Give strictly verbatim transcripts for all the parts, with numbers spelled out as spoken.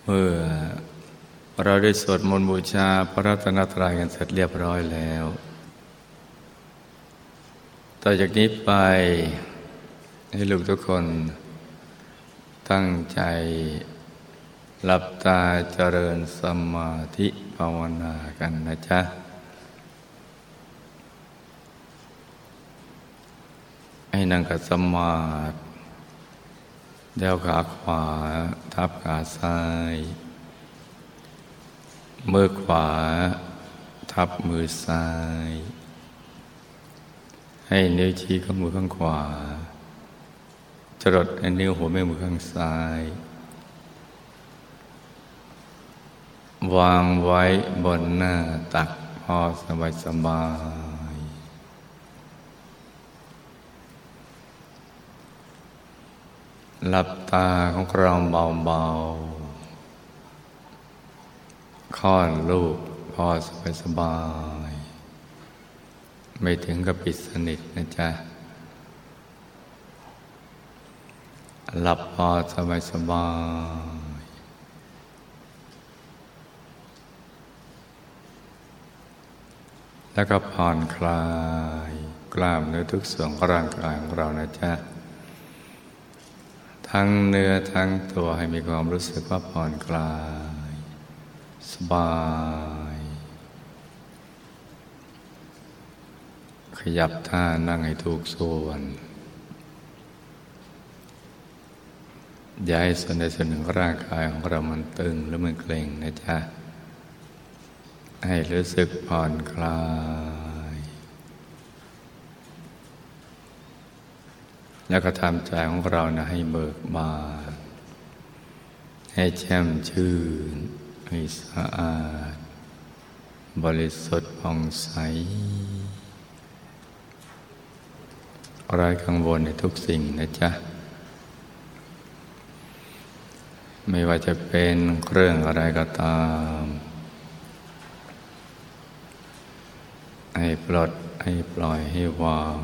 เมื่อเราได้สวดมนต์บูชาพระรัตนตรัยกันเสร็จเรียบร้อยแล้วต่อจากนี้ไปให้ลูกทุกคนตั้งใจหลับตาเจริญสมาธิภาวนากันนะจ๊ะให้นั่งขัดสมาธิเดี่ยวขาขวาทับขาซ้ายมือขวาทับมือซ้ายให้นิ้วชี้ของมือข้างขวาจรดนิ้วหัวแม่มือข้างซ้ายวางไว้บนหน้าตักพอสบายสบายหลับตาของเราเบาๆค่อนลูกพอสบายสบายไม่ถึงกับปิดสนิทนะจ๊ะหลับพอสบายสบายแล้วก็ผ่อนคลายกล้ามเนื้อทุกส่วนของร่างกายของเรานะจ๊ะทั้งเนื้อทั้งตัวให้มีความรู้สึกว่าผ่อนคลายสบายขยับท่านั่งให้ถูกส่วนอย่าให้ส่วนใดส่วนหนึ่งของร่างกายของเรามันตึงหรือมันเกร็งนะจ๊ะให้รู้สึกผ่อนคลายแล้วก็ทำใจของเรานะให้เบิกบานให้แช่มชื่นให้สะอาดบริสุทธิ์ผ่องใสไร้กังวลในทุกสิ่งนะจ๊ะไม่ว่าจะเป็นเรื่องอะไรก็ตามให้ปลดให้ปล่อยให้วาง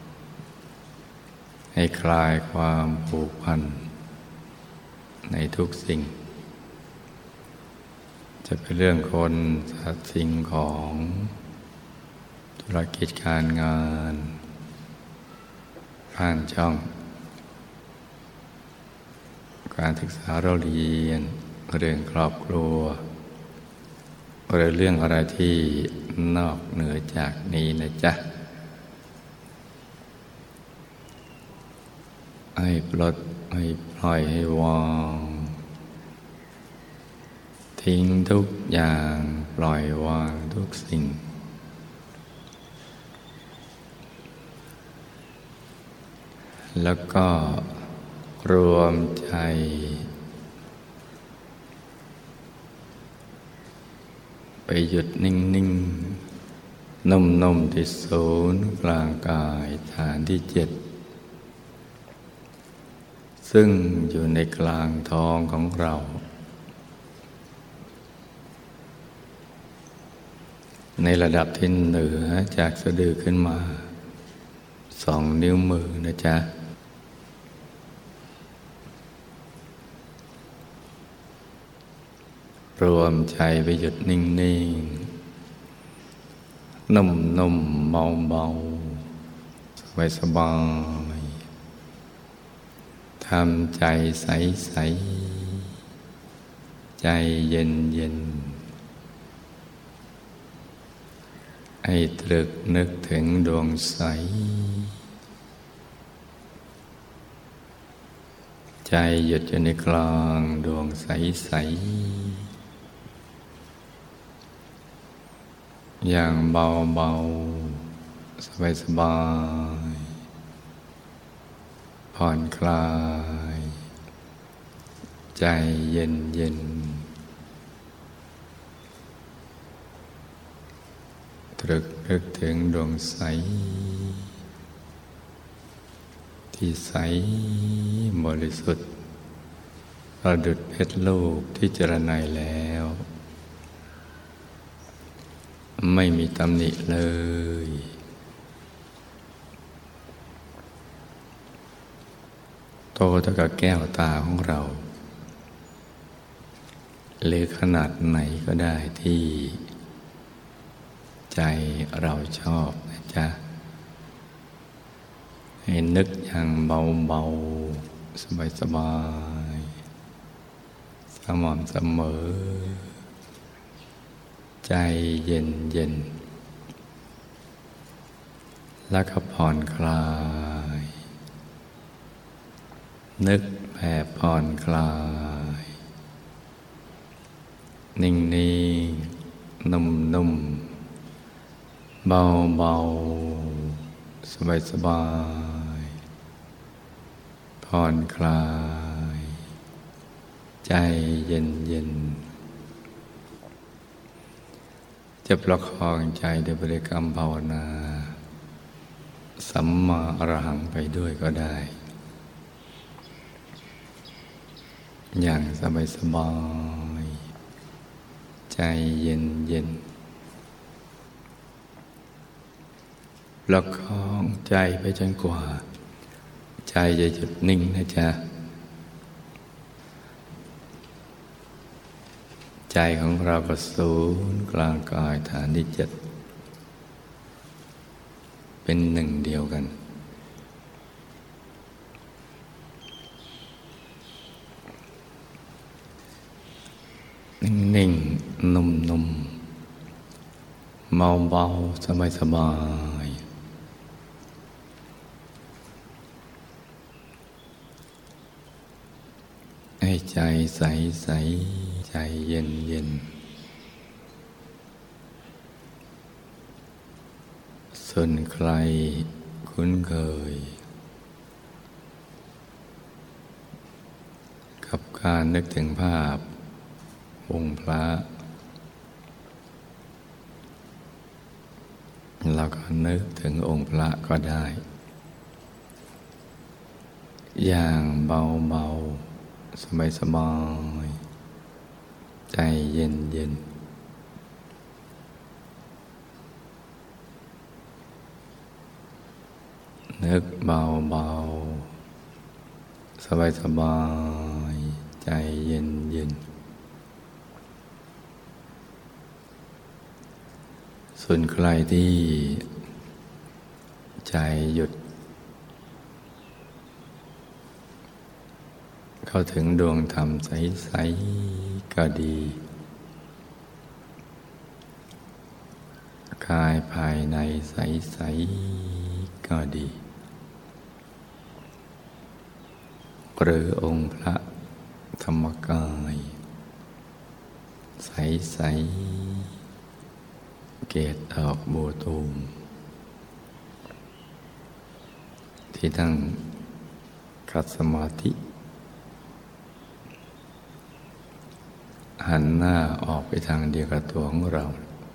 ให้คลายความผูกพันในทุกสิ่งจะเป็นเรื่องคนสัตว์สิ่งของธุรกิจการงานบ้านช่องการศึกษาเราเรียนเรื่องครอบครัวหรือเรื่องอะไรที่นอกเหนือจากนี้นะจ๊ะให้ปลดให้ปล่อยให้วางทิ้งทุกอย่างปล่อยวางทุกสิ่งแล้วก็รวมใจไปหยุดนิ่งๆนุ่มๆที่ศูนย์กลางกายฐานที่เจ็ดซึ่งอยู่ในกลางท้องของเราในระดับที่เหนือจากสะดือขึ้นมาสองนิ้วมือนะจ๊ะรวมใจไปหยุดนิ่งๆนุ่มๆเบาๆสบายๆทำใจใสๆใจเย็นๆให้ตรึกนึกถึงดวงใสใจหยุดอยู่ในกลางดวงใสๆอย่างเบาๆสบายๆผ่อนคลายใจเย็นๆตรึกนึกถึงดวงใสที่ใสบริสุทธิ์ประดุจเพชรลูกที่เจรไนแล้วไม่มีตำหนิเลย โตเท่ากับแก้วตาของเราหรือขนาดไหนก็ได้ที่ใจเราชอบนะจ๊ะให้นึกอย่างเบาๆสบายๆสม่ำเสมอใจเย็นๆแล้วก็ผ่อนคลายนึกแบบผ่อนคลายนิ่งๆนุ่มๆเบาๆสบายๆผ่อนคลายใจเย็นๆจะประคองใจด้วยบริกรรมภาวนาสัมมาอรหังไปด้วยก็ได้อย่างสบายๆใจเย็นๆประคองใจไปจนกว่าใจจะหยุดนิ่งนะจ๊ะใจของเราก็ศูนย์กลางกายฐานที่เจ็ดเป็นหนึ่งเดียวกันนิ่งๆนุ่มๆเบาๆสบายๆให้ใจใสๆใจเย็นๆส่วนใครคุ้นเคยกับการนึกถึงภาพองค์พระเราก็นึกถึงองค์พระก็ได้อย่างเบาๆสบายๆใจเย็นๆนึกเบาๆสบายๆใจเย็นๆส่วนใครที่ใจหยุดเข้าถึงดวงธรรมใสๆก็ดีกายภายในใสๆก็ดีหรือองค์พระธรรมกายใสๆเกศดอกบัวตูมที่ตั้งขัดสมาธิหันหน้าออกไปทางเดียวกับตัวของเรา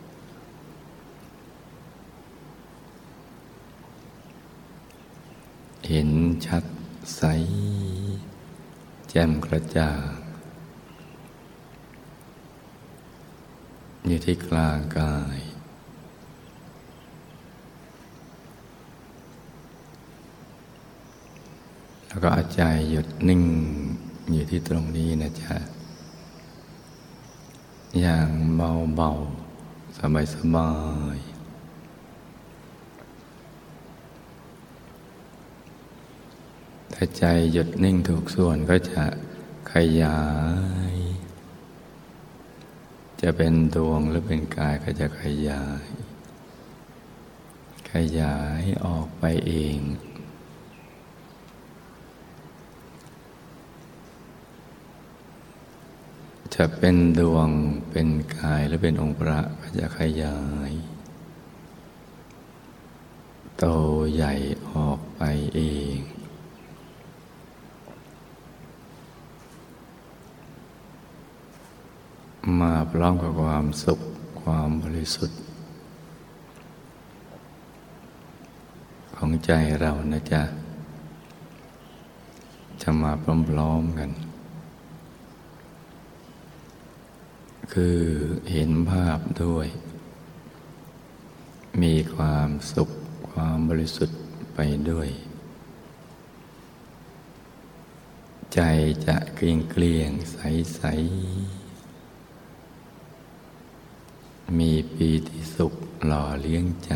เห็นชัดใสแจ่มกระจ่างอยู่ที่กลางกายแล้วก็เอาใจหยุดนิ่งอยู่ที่ตรงนี้นะจ๊ะอย่างเบาๆสบายๆถ้าใจหยุดนิ่งถูกส่วนก็จะขยายจะเป็นดวงหรือเป็นกายก็จะขยายขยายออกไปเองจะเป็นดวงเป็นกายหรือเป็นองค์พระก็จะขยายโตใหญ่ออกไปเองมาพร้อมกับความสุขความบริสุทธิ์ของใจเรานะจ๊ะจะมาพร้อมๆกันคือเห็นภาพด้วยมีความสุขความบริสุทธิ์ไปด้วยใจจะเกลี้ยงเกลี้ยงใสใสมีปีติสุขหล่อเลี้ยงใจ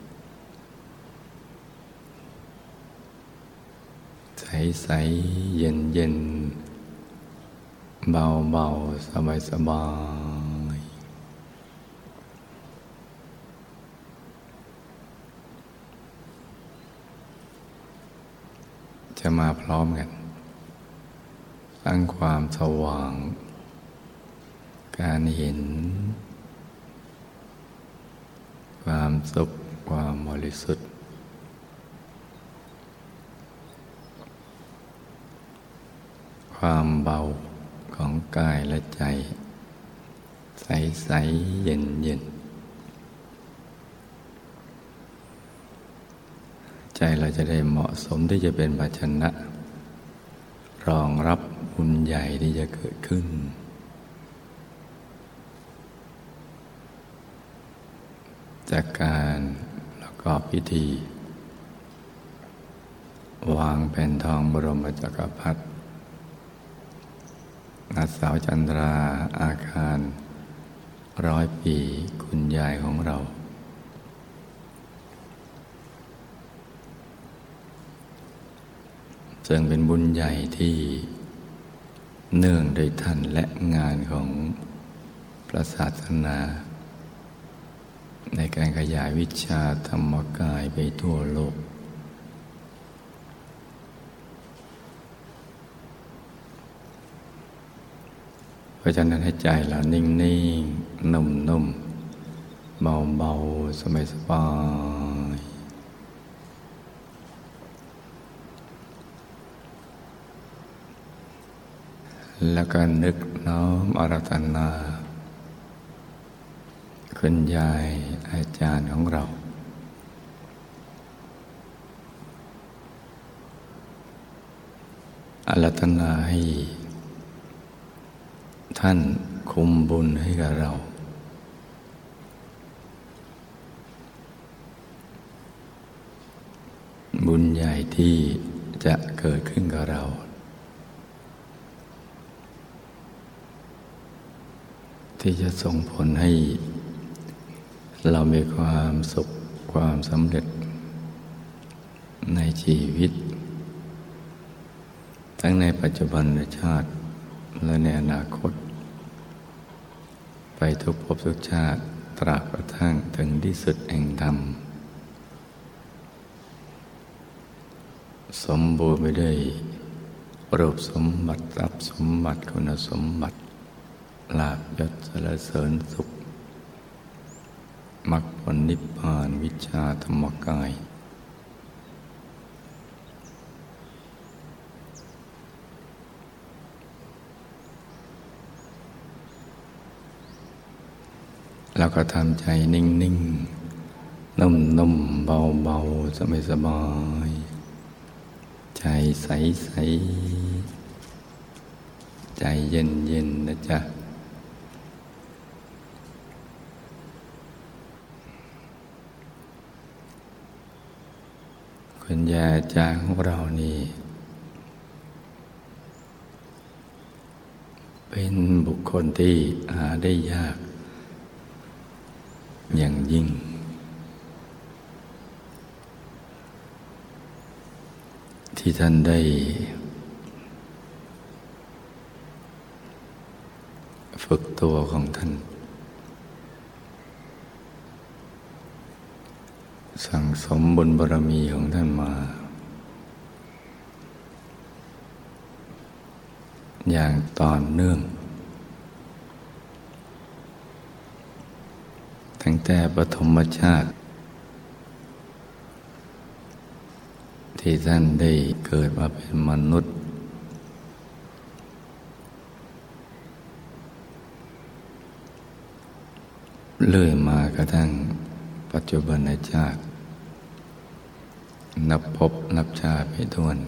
ใสๆเย็นๆเบาๆสบายๆจะมาพร้อมกันสร้างความสว่างการเห็นความสุขความบริสุทธิ์ความเบาของกายและใจใสๆเย็นๆใจเราจะได้เหมาะสมที่จะเป็นภาชนะรองรับบุญใหญ่ที่จะเกิดขึ้นจากการประกอบพิธีวางแผ่นทองบรมจักรพรรดิณ เสาจันทราอาคารร้อยปีคุณยายของเราซึ่งเป็นบุญใหญ่ที่เนื่องโดยท่านและงานของพระศาสนาในการขยายวิชาธรรมกายไปทั่วโลกเพราะฉะนั้นให้ใจเรานิ่งๆนุ่มๆเบาๆสบายๆแล้วก็นึกน้อมอาราธนาคุณยายอาจารย์ของเราอาราธนาให้ท่านคุมบุญให้กับเราบุญใหญ่ที่จะเกิดขึ้นกับเราที่จะส่งผลให้เรามีความสุขความสำเร็จในชีวิตทั้งในปัจจุบันชาติและในอนาคตไปทุกภพทุกชาติตราบกระทั่งถึงที่สุดแห่งธรรมสมบูรณ์ไปด้วยรูปสมบัติทรัพย์สมบัติคุณสมบัติลาภยศสรรเสริญสุขมรรคผลนิพพานวิชาธรรมกายแล้วก็ทำใจนิ่งๆนุ่มๆเบาๆสบายๆใจใสๆใจเย็นๆนะจ๊ะคุณยายอาจารย์ของเรานี่เป็นบุคคลที่หาได้ยากอย่างยิ่งที่ท่านได้ฝึกตัวของท่านสั่งสมบุญบารมีของท่านมาอย่างต่อเนื่องตั้งแต่ปฐมชาติที่ท่านได้เกิดมาเป็นมนุษย์เลื่อยมากระทั่งปัจจุบันชาตินับภพนับชาติไม่ถ้วน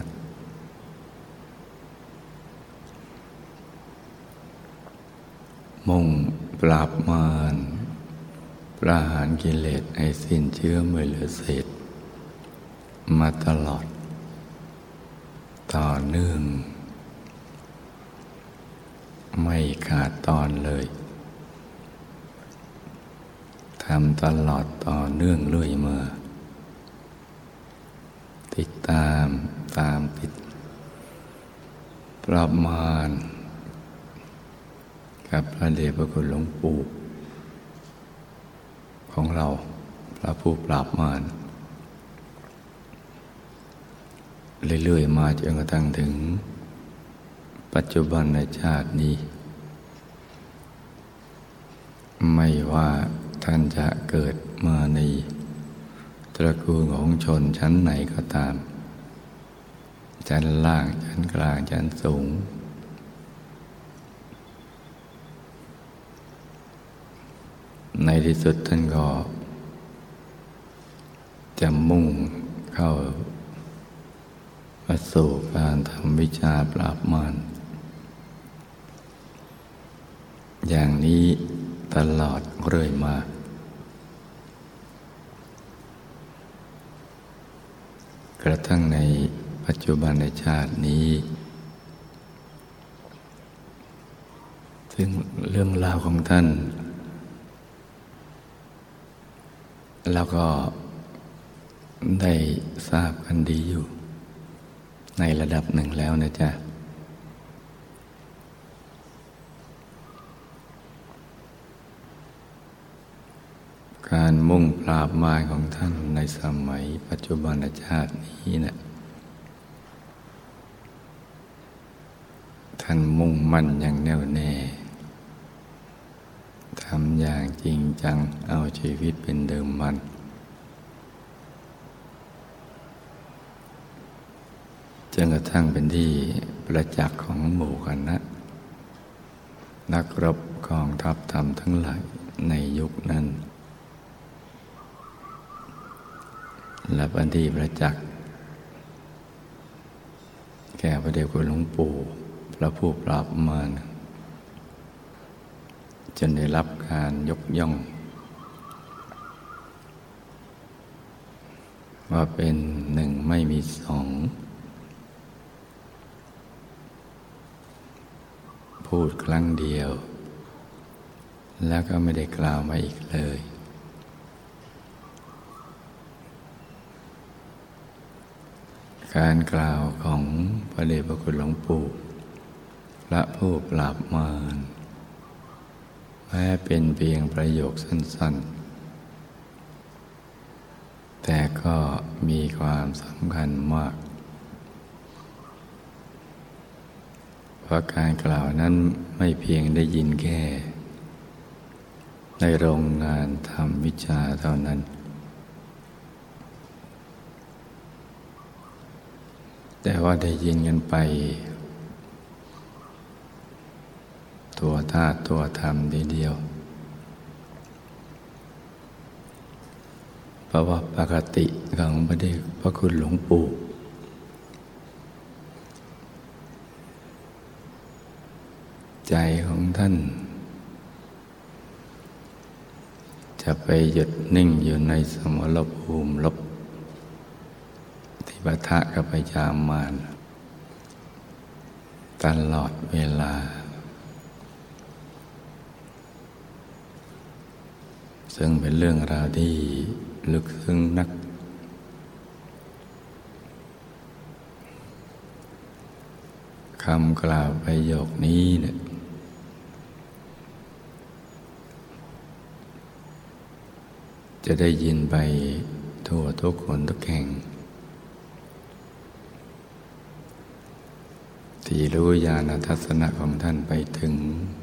มุ่งปราบมารประหารกิเลสให้สิ้นเชื้อไม่เหลือเศษมาตลอดต่อเนื่องไม่ขาดตอนเลยทำตลอดต่อเนื่องเรื่อยมาติดตามตามติดประมาณกับพระเดชพระคุณหลวงปู่ของเราพระผู้ปราบมารเรื่อยๆมาจนกระทั่งถึงปัจจุบันในชาตินี้ไม่ว่าท่านจะเกิดมาในตระกูลของชนชั้นไหนก็ตามชั้นล่างชั้นกลางชั้นสูงในที่สุดท่านก็จะมุ่งเข้ามาสู่การทำวิชาปราบมารอย่างนี้ตลอดเรื่อยมากระทั่งในปัจจุบันในชาตินี้ซึ่งเรื่องราวของท่านแล้วก็ได้ทราบกันดีอยู่ในระดับหนึ่งแล้วนะจ๊ะการมุ่งปราบมารของท่านในสมัยปัจจุบันชาตินี้นะท่านมุ่งมั่นอย่างแน่วแน่ทำอย่างจริงจังเอาชีวิตเป็นเดิมมันจนกระทั่งเป็นที่ประจักษ์ของหมู่คณะนักรบกองทัพธรรมทั้งหลายในยุคนั้นและเป็นที่ประจักษ์แก่พระเดชคุณหลวงปู่พระผู้ปราบมารจนได้รับการยกย่องว่าเป็นหนึ่งไม่มีสองพูดครั้งเดียวแล้วก็ไม่ได้กล่าวมาอีกเลยการกล่าวของพระเดชพระคุณหลวงปู่พระผู้ปราบมารแม้เป็นเพียงประโยคสั้นๆแต่ก็มีความสำคัญมากเพราะการกล่าวนั้นไม่เพียงได้ยินแค่ในโรงงานทำวิชาเท่านั้นแต่ว่าได้ยินกันไปตัวธาตุตัวธรรมทีเดียวเพราะว่าปกติของพระเดชพระคุณหลวงปู่ใจของท่านจะไปหยุดนิ่งอยู่ในสมรภูมิรบที่ปะทะกับพยามารตลอดเวลาซึ่งเป็นเรื่องราวที่ลึกซึ้งนักคำกล่าวประโยคนี้เนี่ยจะได้ยินไปทั่วทุกคนทุกแห่งที่รู้ญาณทัศนะของท่านไปถึง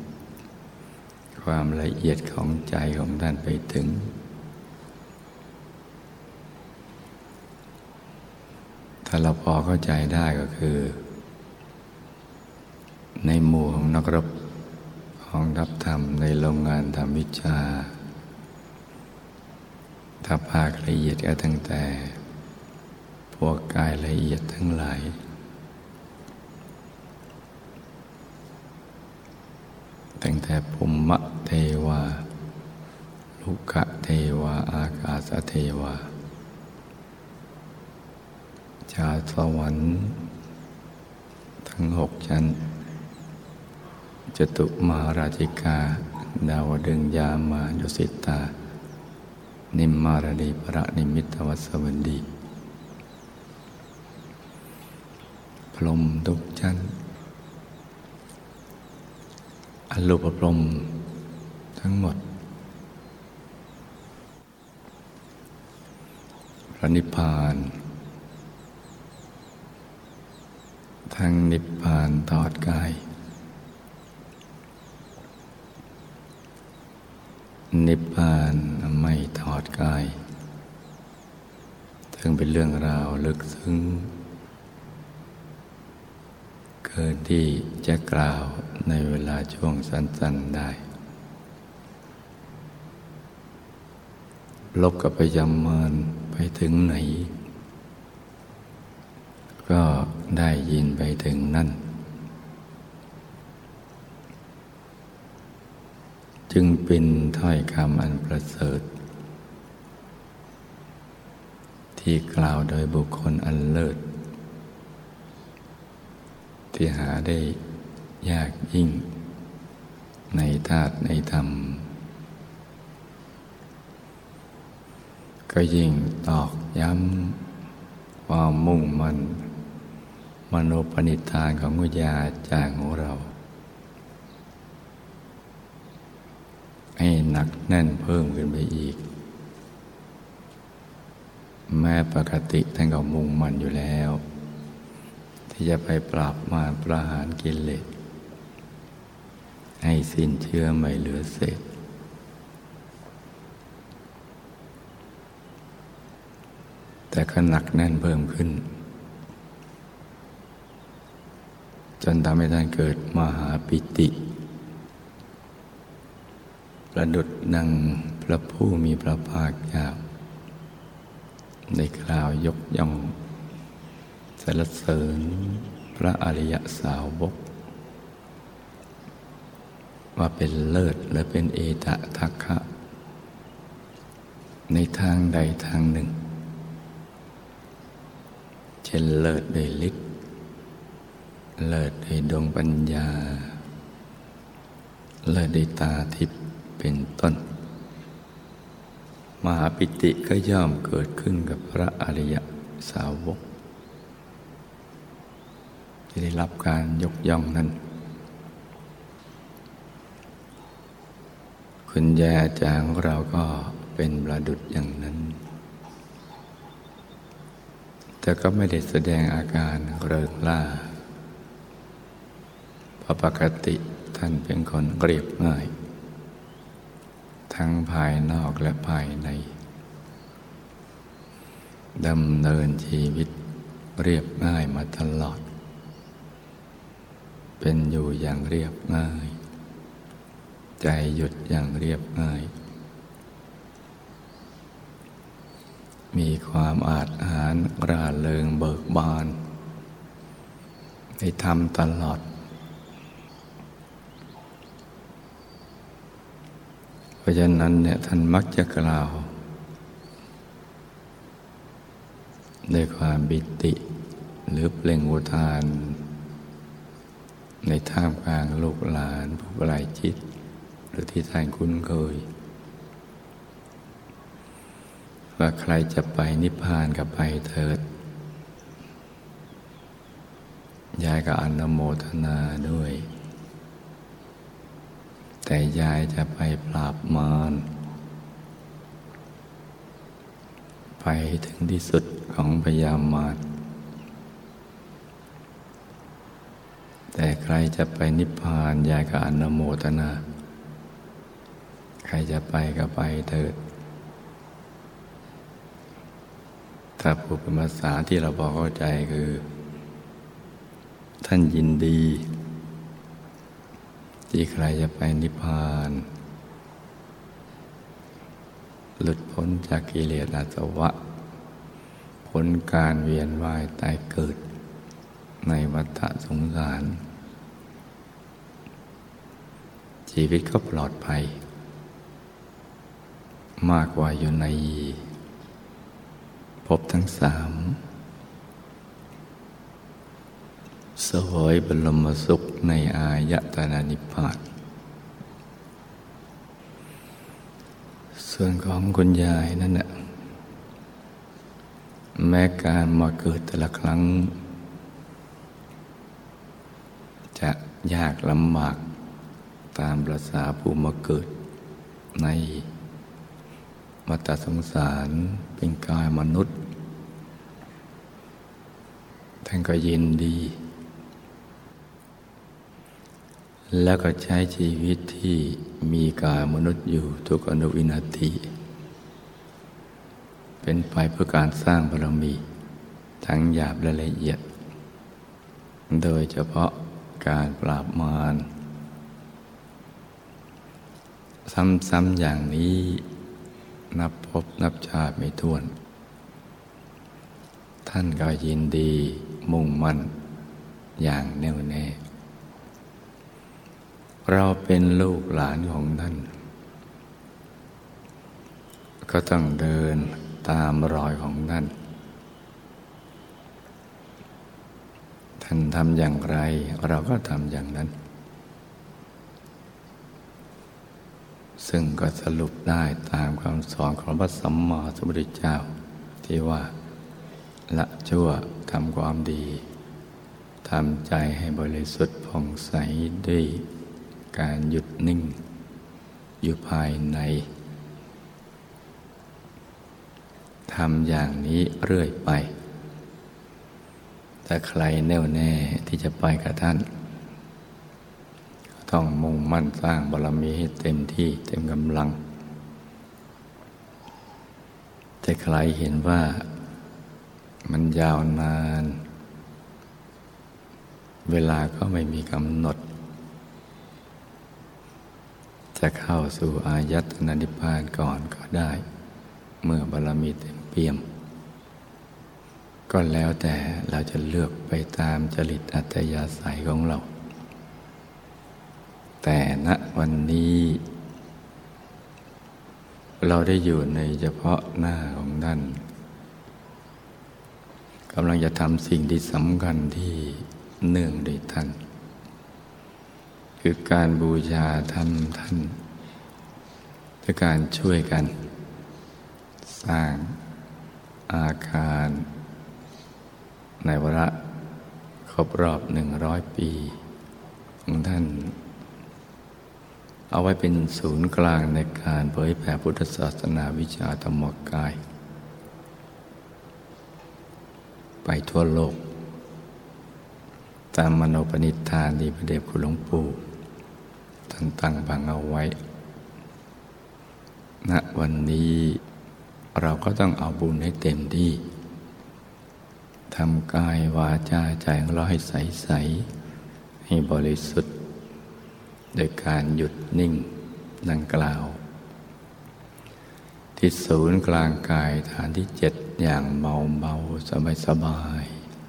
ความละเอียดของใจของท่านไปถึงถ้าเราพอเข้าใจได้ก็คือในหมู่ของนักรบของทัพธรรมในโรงงานทำวิชาถ้าภาคละเอียดก็ตั้งแต่พวกกายละเอียดทั้งหลายตั้งแต่ภูมิเทวาลุกะเทวาอากาศเทวาชาวสวรรค์ทั้งหกชั้นจตุมหาราชิกาดาวดึงส์ยามาดุสิตานิมมารดีปรนิมิตวัสวันดีพรหมทุกชั้นอรูปพรหมทั้งหมดพระนิพพานทั้งนิพพานถอดกายนิพพานไม่ถอดกายซึ่งเป็นเรื่องราวลึกซึ้งเกินที่จะกล่าวในเวลาช่วงสั้นๆได้ลบกับพยามารไปถึงไหนก็ได้ยินไปถึงนั่นจึงเป็นถ้อยคำอันประเสริฐที่กล่าวโดยบุคคลอันเลิศที่หาได้ยากยิ่งในธาตุในธรรมก็ยิ่งตอกย้ำความมุ่งมั่นมโนปณิธานของวิญญาจารย์ของเราให้หนักแน่นเพิ่มขึ้นไปอีกแม้ปกติท่านก็มุ่งมั่นอยู่แล้วที่จะไปปราบมารประหารกิเลสให้สิ้นเชื้อไม่เหลือเศษแต่ก็หนักแน่นเพิ่มขึ้นจนทำให้ท่านเกิดมหาปิติประดุจดังพระผู้มีพระภาคเจ้าในกล่าวยกย่องสรรเสริญพระอริยสาวกว่าเป็นเลิศและเป็นเอตทัคคะในทางใดทางหนึ่งเช่นเลิศด้วยฤทธิ์เลิศด้วยดวงปัญญาเลิศด้วยตาทิพย์เป็นต้นมหาปิติก็ย่อมเกิดขึ้นกับพระอริยสาวกที่ได้รับการยกย่องนั้นคุณยายอาจารย์ของเราก็เป็นประดุจอย่างนั้นแต่ก็ไม่ได้แสดงอาการเริงร่าเพราะปกติท่านเป็นคนเรียบง่ายทั้งภายนอกและภายในดำเนินชีวิตเรียบง่ายมาตลอดเป็นอยู่อย่างเรียบง่ายใจหยุดอย่างเรียบง่ายมีความอาจหาญร่าเริงเบิกบานได้ทำตลอดเพราะฉะนั้นเนี่ยท่านมักจะกล่าวด้วยความบิติหรือเปล่งอุทานในท่ามกลางลูกหลานผู้ใกล้ชิดหรือที่ท่านคุ้นเคยว่าใครจะไปนิพพานก็ไปเถิดยายก็อนุโมทนาด้วยแต่ยายจะไปปราบมารไปถึงที่สุดของพยามารแต่ใครจะไปนิพพานยายก็อนุโมทนาใครจะไปก็ไปเถิดถ้าพูดเป็นภาษาที่เราพอเข้าใจคือท่านยินดีที่ใครจะไปนิพพานหลุดพ้นจากกิเลสอาสวะพ้นการเวียนว่ายตายเกิดในวัฏสงสารชีวิตก็ปลอดภัยมากกว่าอยู่ในภพทั้งสามเสวยบรมสุขในอายตนะนิพพานสส่วนของคุณยายนั่นแหละแม้การมาเกิดแต่ละครั้งจะยากลำบากตามประสาผู้มาเกิดในวัฏสงสารเป็นกายมนุษย์ท่านก็ยินดี แล้วก็ใช้ชีวิตที่มีกายมนุษย์อยู่ทุกอนุวินาทีเป็นไปเพื่อการสร้างบารมีทั้งหยาบและละเอียดโดยเฉพาะการปราบมารซ้ำๆอย่างนี้นับพบนับชาติไม่ถ้วนท่านก็ยินดีมุ่งมั่นอย่างแน่วแน่เราเป็นลูกหลานของท่านก็ต้องเดินตามรอยของท่านท่านทำอย่างไรเราก็ทำอย่างนั้นซึ่งก็สรุปได้ตามคำสอนของพระสัมมาสัมพุทธเจ้าที่ว่าละชั่วทำความดีทำใจให้บริสุทธิ์ผ่องใสด้วยการหยุดนิ่งอยู่ภายในทำอย่างนี้เรื่อยไปแต่ใครแน่วแน่ที่จะไปกับท่านต้องมุ่งมั่นสร้างบารมีให้เต็มที่เต็มกำลังแต่ใครเห็นว่ามันยาวนานเวลาก็ไม่มีกำหนดจะเข้าสู่อายตนะนิพพานก่อนก็ได้เมื่อบารมีเต็มเปี่ยมก็แล้วแต่เราจะเลือกไปตามจริตอัธยาศัยของเราแต่ณวันนี้เราได้อยู่ในเฉพาะหน้าของท่านกำลังจะทำสิ่งที่สำคัญที่เนื่องด้วยท่านคือการบูชาท่านท่านด้วยการช่วยกันสร้างอาคารในวาระครบรอบหนึ่งร้อยปีของท่านเอาไว้เป็นศูนย์กลางในการเผยแผ่พุทธศาสนาวิชาธรรมกายไปทั่วโลกตามมโนปณิธานที่พระเดชคุณหลวงปู่ท่านตั้งบังเอาไว้ณวันนี้เราก็ต้องเอาบุญให้เต็มที่ทำกายวาจาใจของเราให้ใสๆให้บริสุทธิ์โดยการหยุดนิ่งดังกล่าวที่ศูนย์กลางกายฐานที่เจ็ดอย่างเบาๆสบาย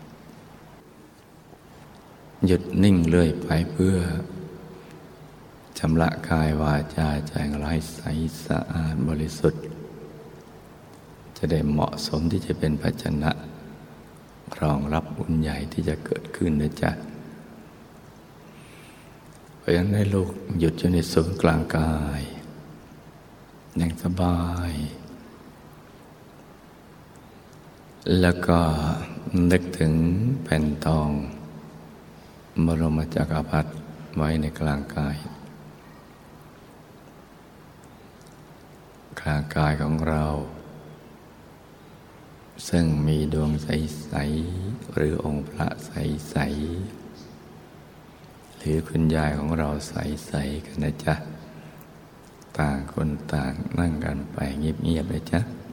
ๆหยุดนิ่งเรื่อยไปเพื่อชำระกายวาจาใจของเราให้ใสสะอาดบริสุทธิ์จะได้เหมาะสมที่จะเป็นภาชนะรองรับบุญใหญ่ที่จะเกิดขึ้นนะจ๊ะเพราะฉะนั้นให้ลูกหยุดอยู่ในศูนย์กลางกายอย่างสบายแล้วก็นึกถึงแผ่นทองบรมจักรพรรดิไว้ในกลางกายกลางกายของเราซึ่งมีดวงใสๆหรือองค์พระใสๆหรือคุณยายของเราใสๆกันนะจ๊ะต่างคนต่างนั่งกันไปเงียบๆเลยจ๊ะ